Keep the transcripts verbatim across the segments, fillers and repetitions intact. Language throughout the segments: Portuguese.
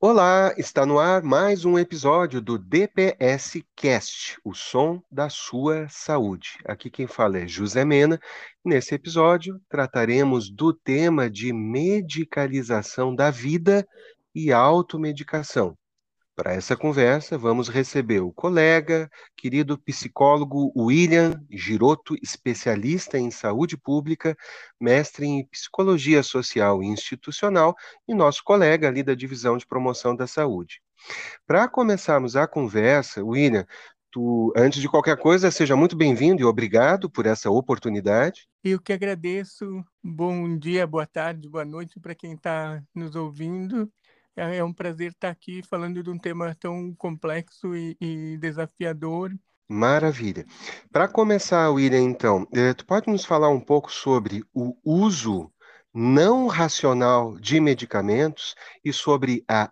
Olá, está no ar mais um episódio do D P S Cast, o som da sua saúde. Aqui quem fala é José Mena. Nesse episódio, trataremos do tema de medicalização da vida e automedicação. Para essa conversa, vamos receber o colega, querido psicólogo William Giroto, especialista em saúde pública, mestre em psicologia social e institucional e nosso colega ali da divisão de promoção da saúde. Para começarmos a conversa, William, tu, antes de qualquer coisa, seja muito bem-vindo e obrigado por essa oportunidade. Eu que agradeço. Bom dia, boa tarde, boa noite para quem está nos ouvindo. É é um prazer estar aqui falando de um tema tão complexo e, e desafiador. Maravilha. Para começar, William, então, eh, tu pode nos falar um pouco sobre o uso não racional de medicamentos e sobre a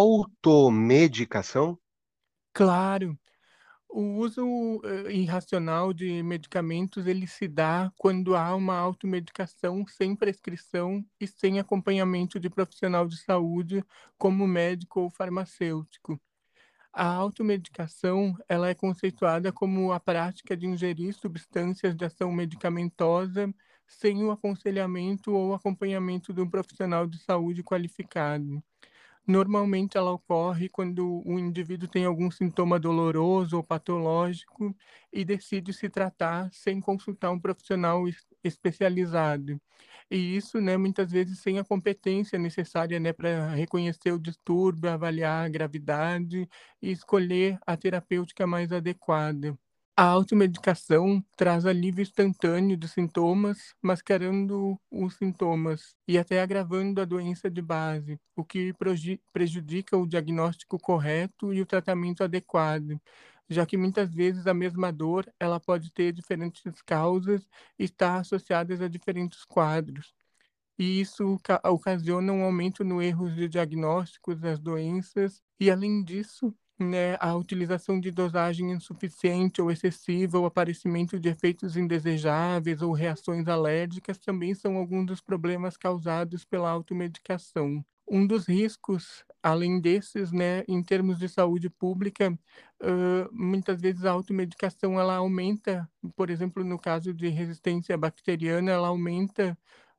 automedicação? Claro, o uso eh, irracional de medicamentos ele se dá quando há uma automedicação sem prescrição e sem acompanhamento de profissional de saúde, como médico ou farmacêutico. A automedicação, ela é conceituada como a prática de ingerir substâncias de ação medicamentosa sem o aconselhamento ou acompanhamento de um profissional de saúde qualificado. Normalmente ela ocorre quando o indivíduo tem algum sintoma doloroso ou patológico e decide se tratar sem consultar um profissional es- especializado. E isso, né, muitas vezes sem a competência necessária, né, para reconhecer o distúrbio, avaliar a gravidade e escolher a terapêutica mais adequada. A automedicação traz alívio instantâneo dos sintomas, mascarando os sintomas e até agravando a doença de base, o que proji- prejudica o diagnóstico correto e o tratamento adequado, já que muitas vezes a mesma dor ela pode ter diferentes causas e estar associadas a diferentes quadros. E isso ca- ocasiona um aumento no erros de diagnósticos das doenças e, além disso, né, a utilização de dosagem insuficiente ou excessiva, o aparecimento de efeitos indesejáveis ou reações alérgicas também são alguns dos problemas causados pela automedicação. Um dos riscos, além desses, né, em termos de saúde pública, hã, muitas vezes a automedicação ela aumenta, por exemplo, no caso de resistência bacteriana, ela aumenta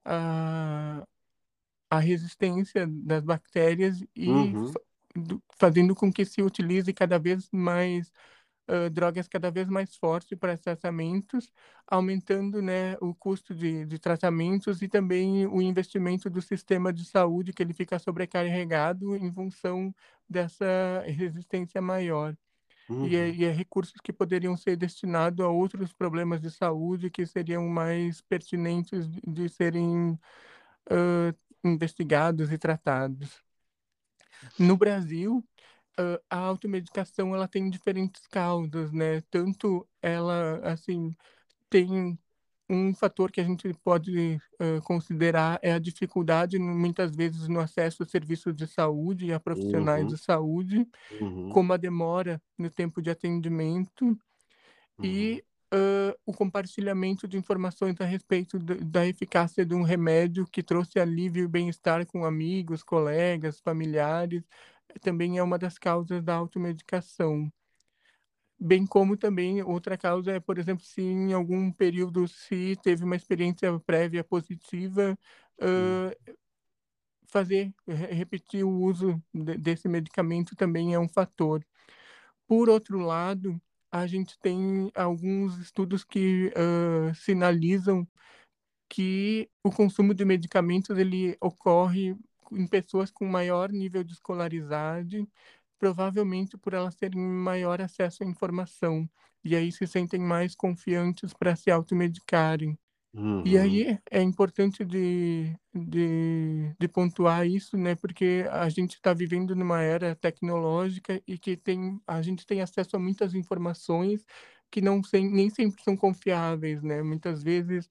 a a resistência das bactérias e Uhum, fa do fazendo com que se utilize cada vez mais, hã, drogas cada vez mais fortes para tratamentos, aumentando, né, o custo de de tratamentos e também o investimento do sistema de saúde, que ele fica sobrecarregado em função dessa resistência maior. E é uhum, e é recursos que poderiam ser destinado a outros problemas de saúde que seriam mais pertinentes de de serem hã, investigados e tratados. No Brasil, hã, a automedicação ela tem diferentes causas, né, tanto ela, assim, tem um fator que a gente pode, hã, considerar é a dificuldade no muitas vezes no acesso a serviços de saúde e a profissionais uhum, de saúde, uhum, como a demora no tempo de atendimento uhum, e, hã, o compartilhamento de informações a respeito da da eficácia de um remédio que trouxe alívio e bem-estar com amigos, colegas, familiares, eh, também é uma das causas da automedicação. Bem como também outra causa é, por exemplo, se em algum período se teve uma experiência prévia positiva, uhum, hã, fazer re repetir o uso de desse medicamento também é um fator. Por outro lado, a gente tem alguns estudos que, hã, sinalizam que o consumo de medicamentos ele ocorre em pessoas com maior nível de escolaridade, provavelmente por elas terem maior acesso à informação, e aí se sentem mais confiantes para se automedicarem. E uhum, aí é importante de de de pontuar isso, né, porque a gente está vivendo numa era tecnológica e que tem a gente tem acesso a muitas informações que não sem nem sempre são confiáveis, né, muitas vezes,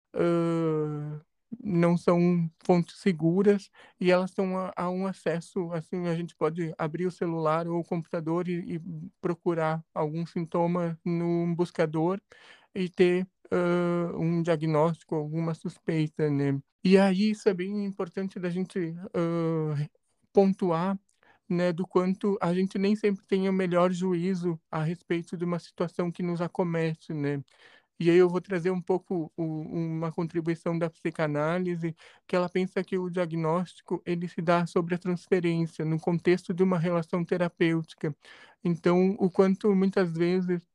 hã, não são fontes seguras e elas estão a a um acesso, assim, a gente pode abrir o celular ou o computador e e procurar algum sintoma num buscador e ter, hã, um diagnóstico, alguma suspeita, né. E aí isso é bem importante da gente, hã, pontuar, né, do quanto a gente nem sempre tem o melhor juízo a respeito de uma situação que nos acomete, né. E aí eu vou trazer um pouco o uma contribuição da psicanálise, que ela pensa que o diagnóstico, ele se dá sobre a transferência, no contexto de uma relação terapêutica. Então, o quanto muitas vezes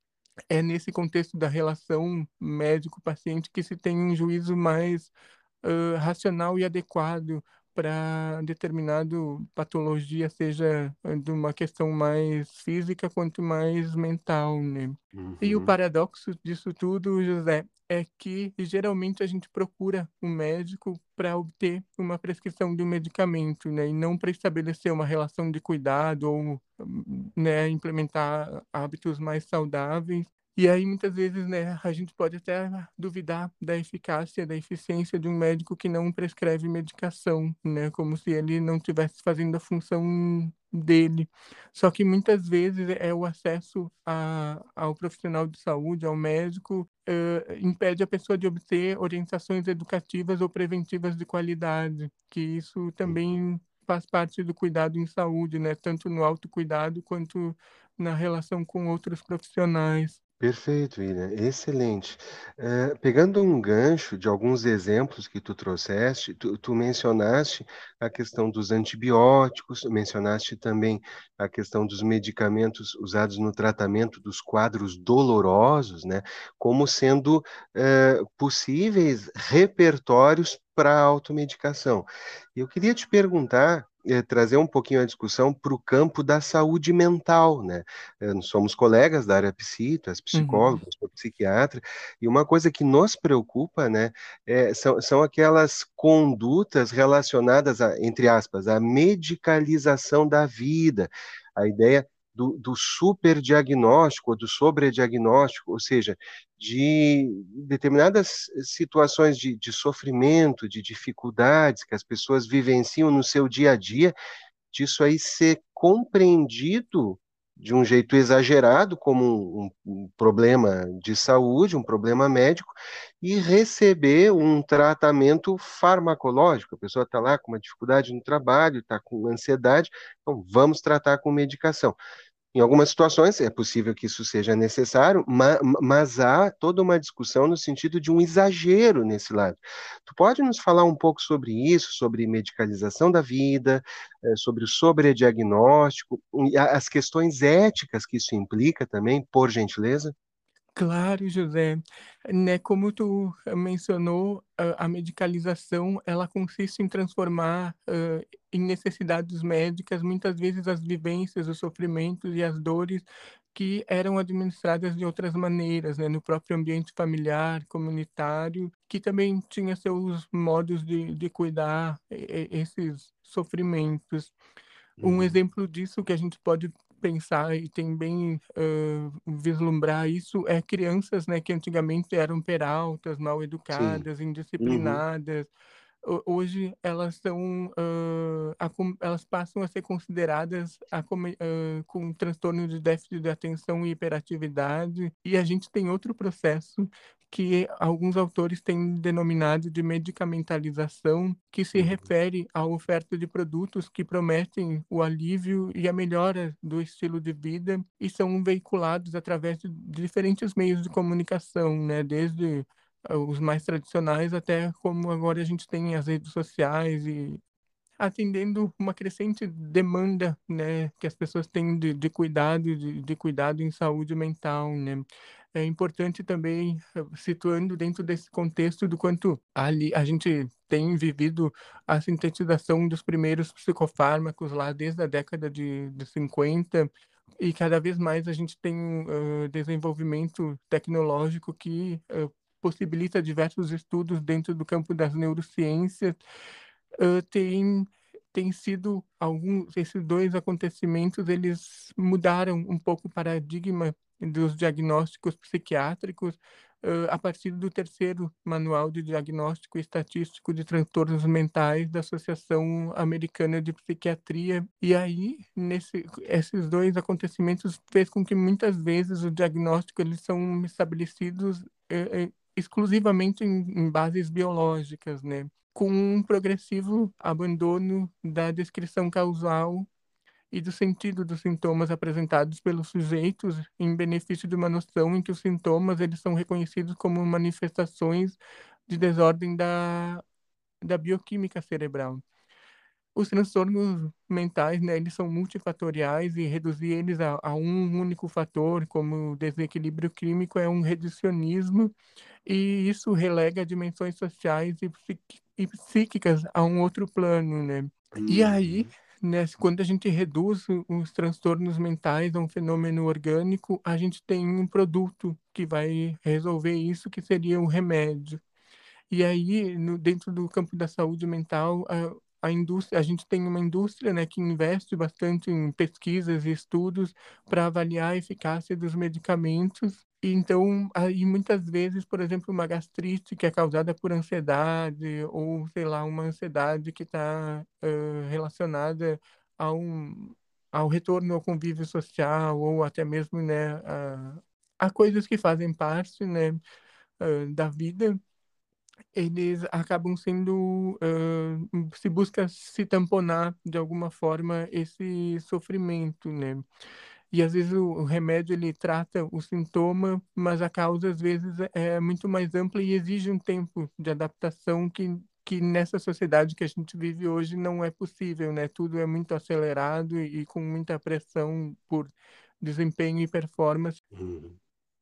é nesse contexto da relação médico-paciente que se tem um juízo mais hã, racional e adequado para determinado patologia, seja hã, de uma questão mais física quanto mais mental, né. E o Uhum, paradoxo disso tudo, José, é que geralmente a gente procura um médico para obter uma prescrição de um medicamento, né, e não para estabelecer uma relação de cuidado ou, hum, né, implementar hábitos mais saudáveis. E aí, muitas vezes, né, a gente pode até duvidar da eficácia, da eficiência de um médico que não prescreve medicação, né, como se ele não estivesse fazendo a função dele. Só que muitas vezes é o acesso a ao profissional de saúde, ao médico, hã, impede a pessoa de obter orientações educativas ou preventivas de qualidade, que isso uhum. também faz parte do cuidado em saúde, né, tanto no autocuidado quanto na relação com outros profissionais. Perfeito, William, excelente. Eh, pegando um gancho de alguns exemplos que tu trouxeste, tu tu mencionaste a questão dos antibióticos, mencionaste também a questão dos medicamentos usados no tratamento dos quadros dolorosos, né, como sendo, eh, possíveis repertórios para a automedicação. E eu queria te perguntar, eh, trazer um pouquinho a discussão para o campo da saúde mental, né. Eh, nós somos colegas da área psi, tu és Uhum. psicólogo, eu sou psiquiatra, e uma coisa que nos preocupa, né, eh, são são aquelas condutas relacionadas a, entre aspas, "a medicalização da vida", a ideia do do superdiagnóstico ou do sobrediagnóstico, ou seja, de determinadas situações de de sofrimento, de dificuldades que as pessoas vivenciam no seu dia a dia, disso aí ser compreendido de um jeito exagerado como um um um problema de saúde, um problema médico, e receber um tratamento farmacológico. A pessoa está lá com uma dificuldade no trabalho, está com ansiedade, então vamos tratar com medicação. Em algumas situações é possível que isso seja necessário, ma ma mas há toda uma discussão no sentido de um exagero nesse lado. Tu pode nos falar um pouco sobre isso, sobre medicalização da vida, eh, sobre o sobrediagnóstico e a as questões éticas que isso implica também, por gentileza? Claro, José. Né, como tu eh, mencionou, a a medicalização, ela consiste em transformar, hã, em necessidades médicas, muitas vezes, as vivências, os sofrimentos e as dores que eram administradas de outras maneiras, né, no próprio ambiente familiar, comunitário, que também tinha seus modos de de cuidar e e esses sofrimentos. Um Uhum. exemplo disso que a gente pode pensar e também, hã, vislumbrar isso é crianças, né, que antigamente eram peraltas, mal Sim. educadas, Uhum. indisciplinadas. Ho hoje elas são, hã, acom elas passam a ser consideradas acome hã, com transtorno de déficit de atenção e hiperatividade, e a gente tem outro processo que alguns autores têm denominado de medicamentalização, que se Uhum. refere à oferta de produtos que prometem o alívio e a melhora do estilo de vida e são veiculados através de diferentes meios de comunicação, né, desde ah, os mais tradicionais, até como agora a gente tem as redes sociais e atendendo uma crescente demanda, né, que as pessoas têm de de cuidado de de cuidado em saúde mental, né. É importante também, hã, situando dentro desse contexto do quanto ali a gente tem vivido a sintetização dos primeiros psicofármacos lá desde a década de de cinquenta, e cada vez mais a gente tem um, hã, desenvolvimento tecnológico que, hã, possibilita diversos estudos dentro do campo das neurociências. Hã, tem tem sido alguns esses dois acontecimentos, eles mudaram um pouco o paradigma dos diagnósticos psiquiátricos, hã, a partir do terceiro Manual de Diagnóstico e Estatístico de Transtornos Mentais da Associação Americana de Psiquiatria. E aí, nesse esses dois acontecimentos fez com que muitas vezes o diagnóstico eles são estabelecidos, eh eh, exclusivamente em em bases biológicas, né, com um progressivo abandono da descrição causal e do sentido dos sintomas apresentados pelos sujeitos, em benefício de uma noção em que os sintomas eles são reconhecidos como manifestações de desordem da, da bioquímica cerebral. Os transtornos mentais, né, eles são multifatoriais e reduzir eles a, a um único fator, como o desequilíbrio químico, é um reducionismo, e isso relega dimensões sociais e, psiqui- e psíquicas a um outro plano, né? E aí, Uhum. né, quando a gente reduz o- os transtornos mentais a um fenômeno orgânico, a gente tem um produto que vai resolver isso, que seria o remédio. E aí, no, dentro do campo da saúde mental, a, a indústria, a gente tem uma indústria, né, que investe bastante em pesquisas e estudos para avaliar a eficácia dos medicamentos. E então, aí muitas vezes, por exemplo, uma gastrite que é causada por ansiedade, ou sei lá, uma ansiedade que está relacionada a um, ao retorno ao convívio social, ou até mesmo, né, a, a coisas que fazem parte, né, ah, da vida, eles acabam sendo, hã, se busca se tamponar de alguma forma esse sofrimento, né. E às vezes o o remédio ele trata o sintoma, mas a causa às vezes é muito mais ampla e exige um tempo de adaptação que que nessa sociedade que a gente vive hoje não é possível, né, tudo é muito acelerado e e com muita pressão por desempenho e performance. Uhum.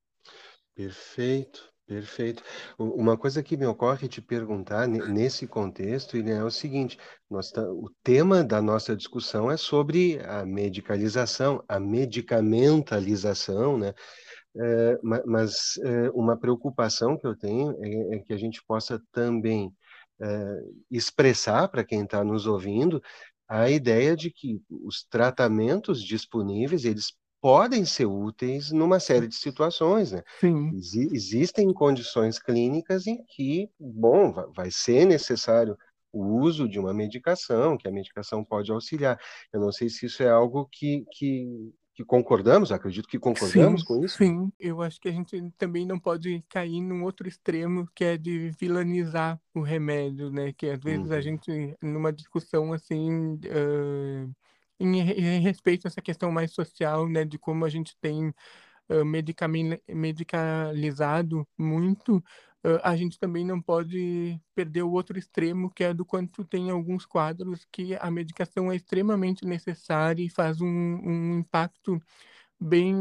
Perfeito, perfeito. U uma coisa que me ocorre te perguntar ne nesse contexto, ele é o seguinte: nós ta o tema da nossa discussão é sobre a medicalização, a medicamentalização, né, eh, ma mas, eh, uma preocupação que eu tenho é é que a gente possa também, eh, expressar para quem está nos ouvindo a ideia de que os tratamentos disponíveis, eles podem ser úteis numa série de situações, né. Sim, Exi existem condições clínicas em que, bom, va vai ser necessário o uso de uma medicação, que a medicação pode auxiliar. Eu não sei se isso é algo que que que concordamos, acredito que concordamos sim, com isso? sim. Eu acho que a gente também não pode cair num outro extremo, que é de vilanizar o remédio, né, que às vezes a Uhum, gente, numa discussão assim, hã, em re em respeito a essa questão mais social, né, de como a gente tem hã, medicamile medicalizado muito, hã, a gente também não pode perder o outro extremo, que é do quanto tem alguns quadros que a medicação é extremamente necessária e faz um um impacto bem,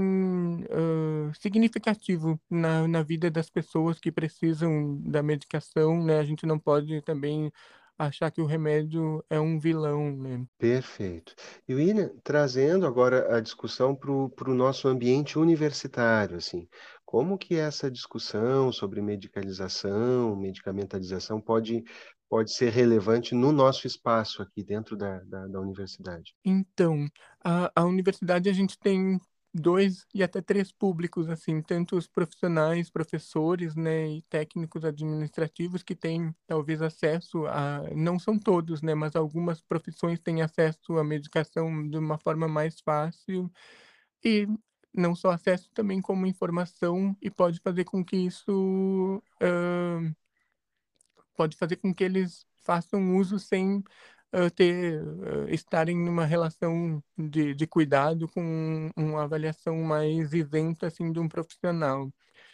hã, significativo na na vida das pessoas que precisam da medicação, né, a gente não pode também achar que o remédio é um vilão, né. perfeito. E William, trazendo agora a discussão para o para o nosso ambiente universitário, assim, como que essa discussão sobre medicalização, medicamentalização pode pode ser relevante no nosso espaço aqui dentro da da da universidade? Então, a a universidade a gente tem dois e até três públicos, assim, tanto os profissionais, professores, né, e técnicos administrativos que têm talvez acesso a, não são todos, né, mas algumas profissões têm acesso à medicação de uma forma mais fácil, e não só acesso, também como informação, e pode fazer com que isso, hã pode fazer com que eles façam uso sem, hã, ter hã, estarem numa relação de de cuidado com uma avaliação mais isenta, assim, de um profissional.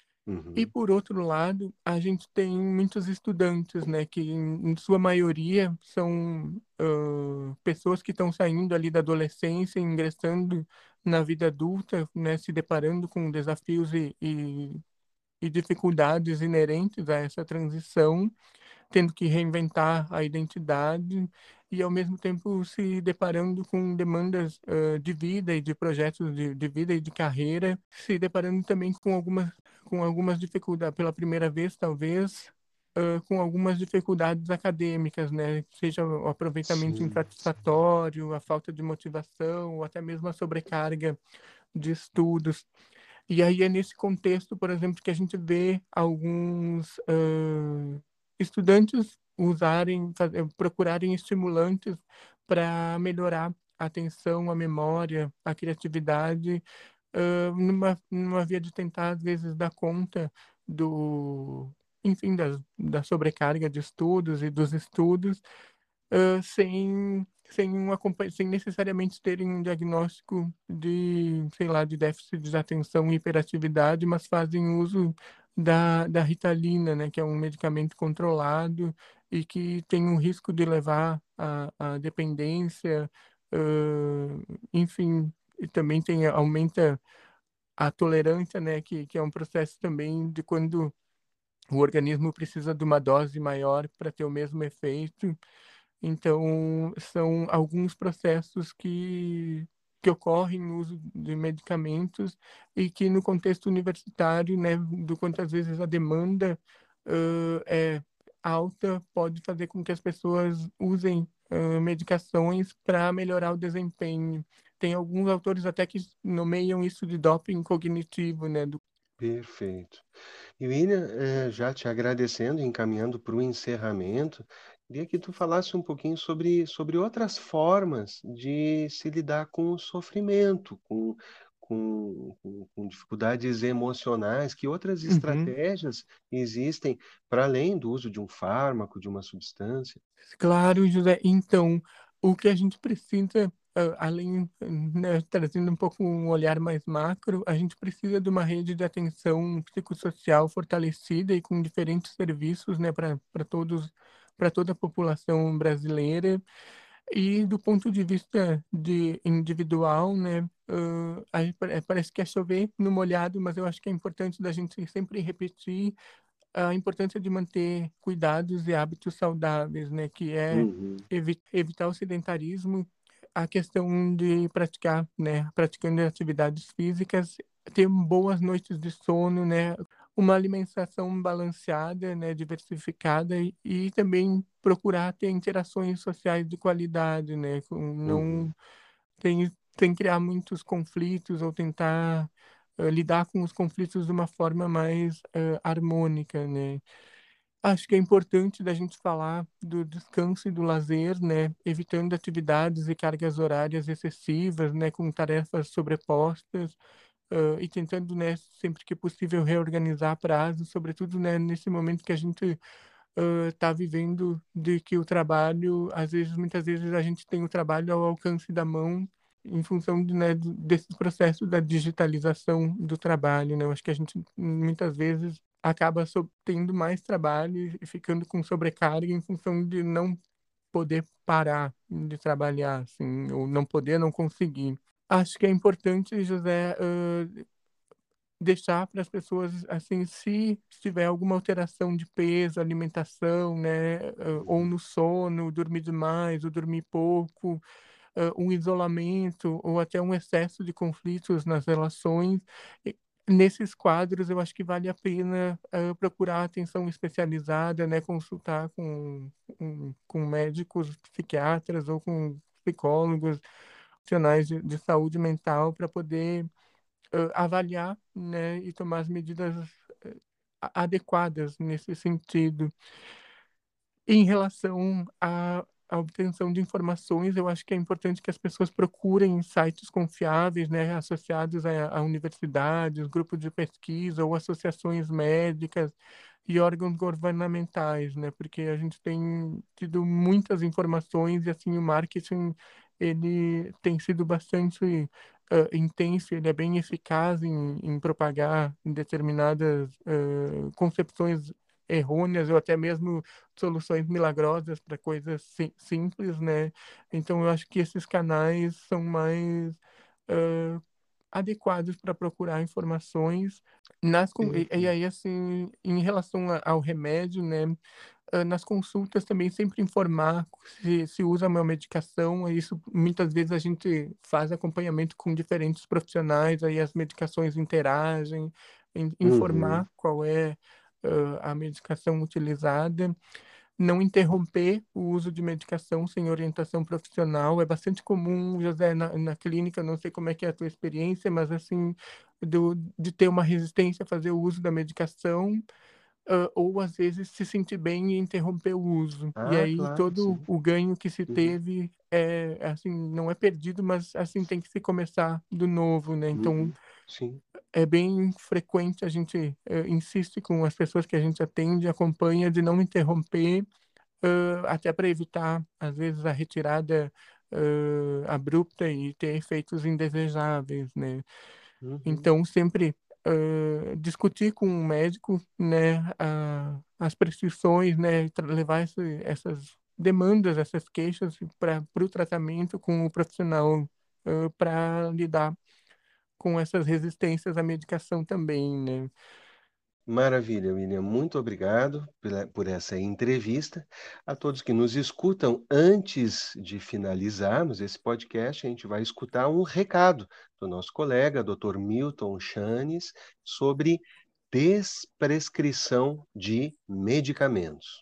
E Uhum, por outro lado, a gente tem muitos estudantes, né, que em em sua maioria são, hã, pessoas que estão saindo ali da adolescência e ingressando na vida adulta, né, se deparando com desafios e e e dificuldades inerentes a essa transição, tendo que reinventar a identidade e, ao mesmo tempo, se deparando com demandas, hã, de vida e de projetos de de vida e de carreira, se deparando também com algumas com algumas dificuldades pela primeira vez, talvez, hã, com algumas dificuldades acadêmicas, né, seja o aproveitamento sim, sim. insatisfatório, a falta de motivação ou até mesmo a sobrecarga de estudos. E aí é nesse contexto, por exemplo, que a gente vê alguns, hã, estudantes usarem, faze procurarem estimulantes para melhorar a atenção, a memória, a criatividade, hã, numa numa via de tentar, às vezes, dar conta do enfim, das da sobrecarga de estudos e dos estudos, uh, sem, sem, um acompanha, sem necessariamente terem um diagnóstico de, sei lá, de déficit de atenção e hiperatividade, mas fazem uso da, da Ritalina, né, que é um medicamento controlado e que tem um risco de levar à, à dependência, uh, enfim, e também tem, aumenta a tolerância, né, que, que é um processo também de quando o organismo precisa de uma dose maior para ter o mesmo efeito. Então, são alguns processos que, que ocorrem no uso de medicamentos e que no contexto universitário, né, do quantas vezes a demanda uh, é alta, pode fazer com que as pessoas usem uh, medicações para melhorar o desempenho. Tem alguns autores até que nomeiam isso de doping cognitivo, né, do Perfeito. E William, eh, já te agradecendo, encaminhando para o encerramento, queria que tu falasse um pouquinho sobre, sobre outras formas de se lidar com o sofrimento, com, com, com, com dificuldades emocionais, que outras Uhum. estratégias existem para além do uso de um fármaco, de uma substância? Claro, José. Então, o que a gente precisa, ah, além, né, trazendo um pouco um olhar mais macro, a gente precisa de uma rede de atenção psicossocial fortalecida e com diferentes serviços, né, para para todos, para toda a população brasileira. E do ponto de vista de individual, né, ah, a gente pare- parece que é chover no molhado, mas eu acho que é importante da gente sempre repetir a importância de manter cuidados e hábitos saudáveis, né, que é Uhum, evi evitar o sedentarismo, a questão de praticar, né, praticando atividades físicas, ter boas noites de sono, né, uma alimentação balanceada, né, diversificada e, e também procurar ter interações sociais de qualidade, né, com uhum, não sem, sem criar muitos conflitos ou tentar eh, lidar com os conflitos de uma forma mais eh, harmônica, né? Acho que é importante da gente falar do descanso e do lazer, né? Evitando atividades e cargas horárias excessivas, né? Com tarefas sobrepostas, ãh, e tentando, né, sempre que possível reorganizar prazos, sobretudo, né, nesse momento que a gente está vivendo de que o trabalho, às vezes, muitas vezes a gente tem o trabalho ao alcance da mão em função de, né, do- desse processo da digitalização do trabalho, né? Eu acho que a gente muitas vezes acaba so- tendo mais trabalho e ficando com sobrecarga em função de não poder parar de trabalhar, assim, ou não poder, não conseguir. Acho que é importante, José, deixar para as pessoas, assim, se tiver alguma alteração de peso, alimentação, né, hã, ou uhum, no sono, dormir demais ou dormir pouco, hã, um isolamento ou até um excesso de conflitos nas relações, e nesses quadros eu acho que vale a pena, hã, procurar atenção especializada, né, consultar com com com médicos psiquiatras ou com psicólogos, profissionais de de saúde mental para poder hã, avaliar, né, e tomar as medidas, eh, a adequadas nesse sentido. Em relação à à obtenção de informações, eu acho que é importante que as pessoas procurem sites confiáveis, né, associados a a universidades, grupos de pesquisa ou associações médicas e órgãos governamentais, né, porque a gente tem tido muitas informações e, assim, o marketing, ele tem sido bastante, hã, intenso, ele é bem eficaz em em propagar determinadas, hã, concepções errôneas ou até mesmo soluções milagrosas para coisas sim simples, né. Então eu acho que esses canais são mais, hã, adequados para procurar informações nas con e e perfeito. aí, assim, em relação a ao remédio, né, hã, nas consultas também sempre informar se se usa uma medicação, isso muitas vezes a gente faz acompanhamento com diferentes profissionais, aí as medicações interagem, in Uhum, informar qual é, hã, a medicação utilizada. Não interromper o uso de medicação sem orientação profissional. É bastante comum, José, na na clínica, não sei como é que é a tua experiência, mas assim, do de ter uma resistência a fazer o uso da medicação, hã, ou às vezes se sentir bem e interromper o uso. E ah, aí claro, todo sim. o ganho que se Uhum, teve, é assim, não é perdido, mas assim, tem que se começar do novo, né. Então, uhum, sim. é bem frequente a gente, eh, insiste com as pessoas que a gente atende, acompanha, de não interromper, uh, até para evitar, às vezes, a retirada uh, abrupta e ter efeitos indesejáveis, né? Uhum. Então, sempre uh, discutir com o médico, né, a, as prescrições, né, levar esse, essas demandas, essas queixas para o tratamento com o profissional uh, para lidar com essas resistências à medicação também, né? Maravilha, William. Muito obrigado pela- por essa entrevista. A todos que nos escutam, antes de finalizarmos esse podcast, a gente vai escutar um recado do nosso colega, doutor Milton Chanes, sobre desprescrição de medicamentos.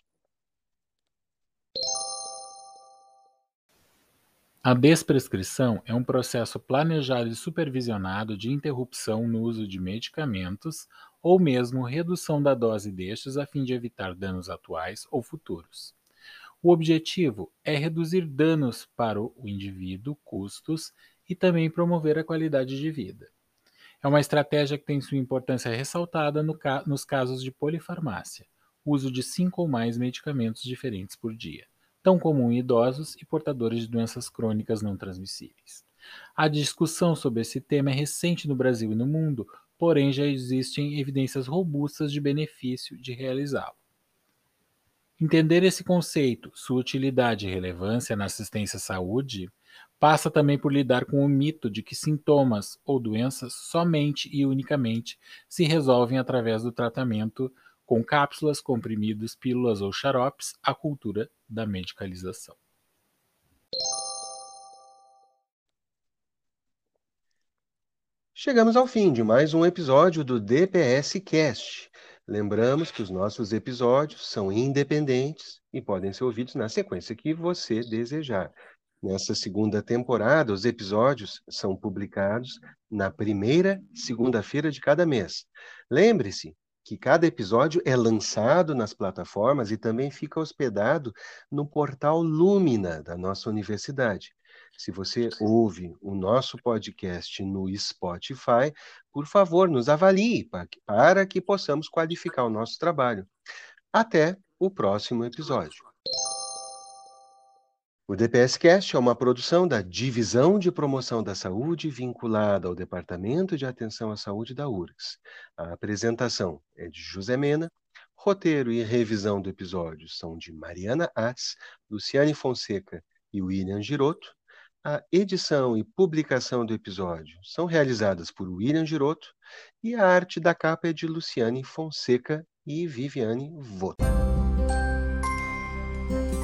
A desprescrição é um processo planejado e supervisionado de interrupção no uso de medicamentos ou mesmo redução da dose destes a fim de evitar danos atuais ou futuros. O objetivo é reduzir danos para o indivíduo, custos e também promover a qualidade de vida. É uma estratégia que tem sua importância ressaltada no ca- nos casos de polifarmácia, uso de cinco ou mais medicamentos diferentes por dia, tão comum em idosos e portadores de doenças crônicas não transmissíveis. A discussão sobre esse tema é recente no Brasil e no mundo, porém já existem evidências robustas de benefício de realizá-lo. Entender esse conceito, sua utilidade e relevância na assistência à saúde, passa também por lidar com o mito de que sintomas ou doenças somente e unicamente se resolvem através do tratamento com cápsulas, comprimidos, pílulas ou xaropes, a cultura da medicalização. Chegamos ao fim de mais um episódio do D P S Cast. Lembramos que os nossos episódios são independentes e podem ser ouvidos na sequência que você desejar. Nessa segunda temporada, os episódios são publicados na primeira segunda-feira de cada mês. Lembre-se que cada episódio é lançado nas plataformas e também fica hospedado no portal Lumina da nossa universidade. Se você ouve o nosso podcast no Spotify, por favor, nos avalie pa- para que possamos qualificar o nosso trabalho. Até o próximo episódio. O D P S Cast é uma produção da Divisão de Promoção da Saúde vinculada ao Departamento de Atenção à Saúde da U R G S. A apresentação é de José Mena, roteiro e revisão do episódio são de Mariana Atz, Luciane Fonseca e William Giroto. A edição e publicação do episódio são realizadas por William Giroto e a arte da capa é de Luciane Fonseca e Viviane Voto.